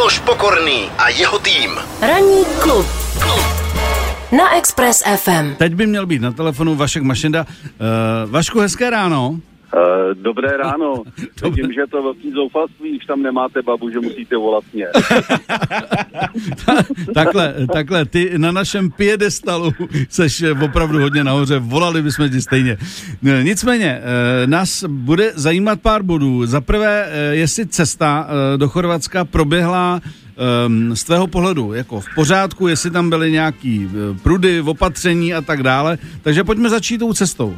Miloš Pokorný a jeho tým. Ranní klub na Express FM. Teď by měl být na telefonu Vašek Mašenda. Vašku, hezké ráno. Dobré ráno. Vidím, že je to velký zoufalství, když tam nemáte babu, že musíte volat mě. takhle, ty na našem piedestalu seš opravdu hodně nahoře, volali bychom ti stejně. Nicméně, nás bude zajímat pár bodů. Za prvé, jestli cesta do Chorvatska proběhla z tvého pohledu jako v pořádku, jestli tam byly nějaký prudy, opatření a tak dále. Takže pojďme začít tou cestou.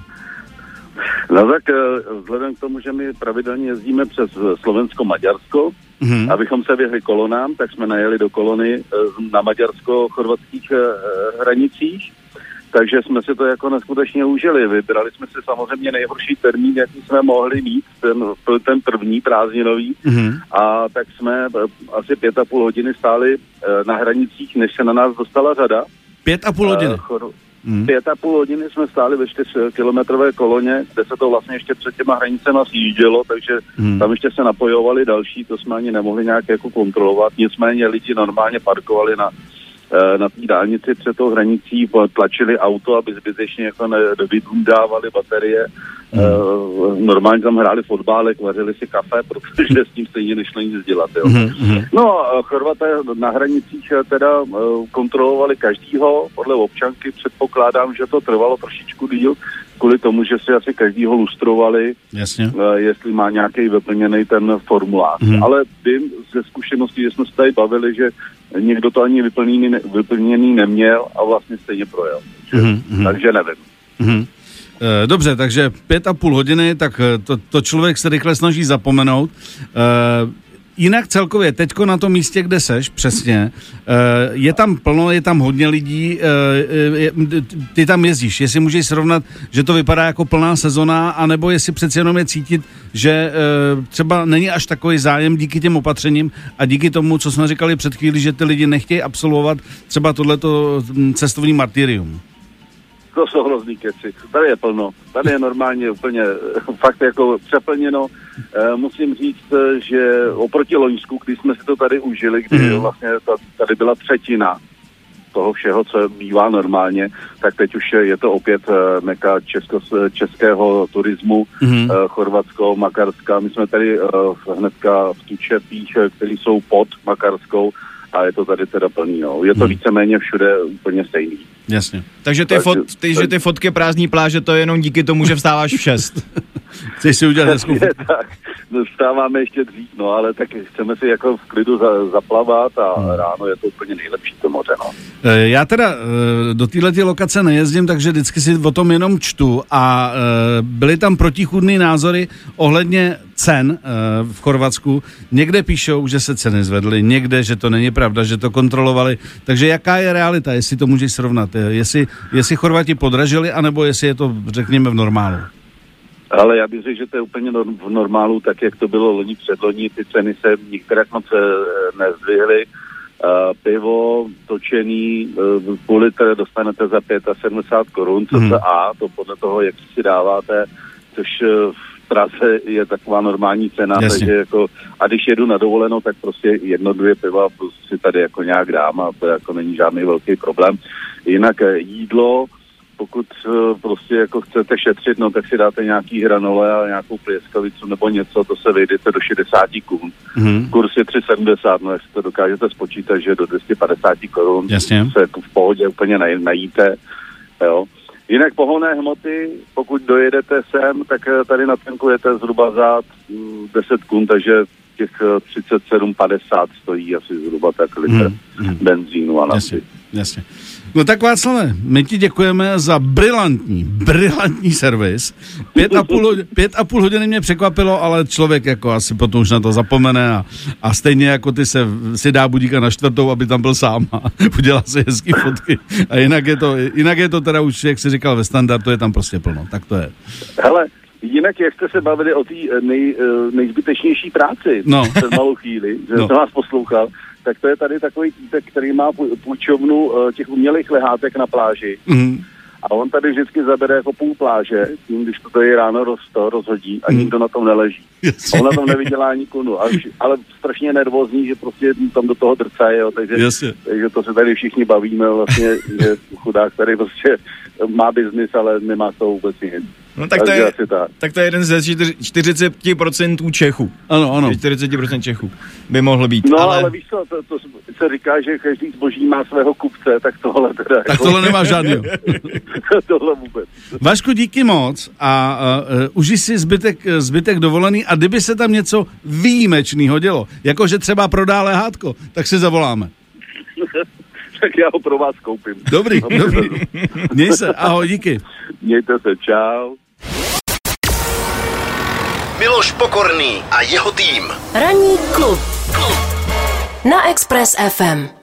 No tak vzhledem k tomu, že my pravidelně jezdíme přes Slovensko-Maďarsko, abychom se vyhli kolonám, tak jsme najeli do kolony na maďarsko-chorvatských hranicích, takže jsme si to jako neskutečně užili. Vybrali jsme si samozřejmě nejhorší termín, jaký jsme mohli mít, ten první prázdninový, a tak jsme asi 5,5 hodiny stáli na hranicích, než se na nás dostala řada. 5,5 hodiny? 5,5 hodiny jsme stáli ve 4kilometrové koloně, kde se to vlastně ještě před těma hranicema sjíždělo, takže tam ještě se napojovali další, to jsme ani nemohli nějak jako kontrolovat, nicméně lidi normálně parkovali na té dálnici před tou hranicí, tlačili auto, aby zbytečně jako nevydávali baterie. Normálně tam hráli fotbálek, vařili si kafe, protože s tím stejně nešlo nic dělat. Jo. No a Chorvaté na hranicích teda kontrolovali každýho, podle občanky předpokládám, že to trvalo trošičku díl, kvůli tomu, že si asi každýho lustrovali, jestli má nějaký vyplněný ten formulář. Ale vím ze zkušeností, že jsme se tady bavili, že někdo to ani vyplněný neměl a vlastně stejně projel. Takže nevím. Dobře, takže 5,5 hodiny, tak to člověk se rychle snaží zapomenout. Jinak celkově, teďko na tom místě, kde seš, přesně, je tam plno, je tam hodně lidí, ty tam jezdíš, jestli můžeš srovnat, že to vypadá jako plná sezona, anebo jestli přeci jenom je cítit, že třeba není až takový zájem díky těm opatřením a díky tomu, co jsme říkali před chvíli, že ty lidi nechtějí absolvovat třeba tohleto cestovní martyrium. To jsou hrozný keci. Tady je plno. Tady je normálně úplně fakt jako přeplněno. Musím říct, že oproti loňsku, když jsme si to tady užili, kdy vlastně tady byla třetina toho všeho, co bývá normálně, tak teď už je to opět meka českého turismu, Chorvatsko, Makarska. My jsme tady hnedka v Tučepích, který jsou pod Makarskou, a je to tady teda plný, no. Je to víceméně všude úplně stejný. Jasně. Takže ty fotky prázdní pláže, to je jenom díky tomu, že vstáváš v 6. Chceš si udělat hezkou fotku? Tak, vstáváme ještě dřív, no, ale tak chceme si jako v klidu zaplavat a ráno je to úplně nejlepší to moře, no. Já teda do této lokace nejezdím, takže vždycky si o tom jenom čtu a byly tam protichůdné názory ohledně cen v Chorvatsku. Někde píšou, že se ceny zvedly, někde, že to není pravda, že to kontrolovali. Takže jaká je realita, jestli to můžeš srovnat? Jestli Chorvati podražili, anebo jestli je to, řekněme, v normálu? Ale já bych řekl, že to je úplně v normálu, tak jak to bylo loni předloni, ty ceny se některak moc nezdvihly. Pivo točený, půl litr dostanete za 75 korun, cca, to podle toho, jak si dáváte, což v Praze je taková normální cena, takže jako, a když jedu na dovolenou, tak prostě 1-2 piva plus si tady jako nějak dám a to jako není žádný velký problém. Jinak jídlo, pokud prostě jako chcete šetřit, no tak si dáte nějaký hranole a nějakou plieskavicu nebo něco, to se vejdete do 60 kun. Kurs je 3,70, no jestli to dokážete spočítat, že do 250 korun se jako v pohodě úplně najíte, jo. Jinak pohonné hmoty, pokud dojedete sem, tak tady natankujete zhruba za 10 kun, takže těch 37,50 stojí asi zhruba tak litr benzínu a nafty. Jasně. No tak Václave, my ti děkujeme za brilantní servis. 5,5 hodiny mě překvapilo, ale člověk jako asi potom už na to zapomene a stejně jako ty si dá budíka na 4, aby tam byl sám a udělá si hezký fotky. A jinak je to teda už, jak jsi říkal, ve standardu je tam prostě plno. Tak to je. Hele, jinak jak jste se bavili o té nejzbytečnější práci před malou chvíli, že jsem vás poslouchal, tak to je tady takový týpek, který má půjčovnu těch umělých lehátek na pláži. A on tady vždycky zabere jako půl pláže, tím, když to tady ráno rozhodí a nikdo na tom neleží. A on na tom nevydělá ani kunu, ale strašně nervózní, že prostě tam do toho drcají, takže to se tady všichni bavíme vlastně, že chudák tady prostě má biznis, ale nemá z toho vůbec nic. No tak to je jeden ze 40% Čechů. Ano. 40% Čechů by mohl být. No ale víš co, to se říká, že každý zboží má svého kupce, tak tohle teda... Tak tohle nemá žádného. Tohle vůbec. Vašku, díky moc a užij si zbytek dovolený a kdyby se tam něco výjimečného dělo, jakože třeba prodá lehátko, tak si zavoláme. Tak já ho pro vás koupím. Dobrý. Měj se, ahoj, díky. Mějte se, čau. Miloš Pokorný a jeho tým. Ranní klub na Express FM.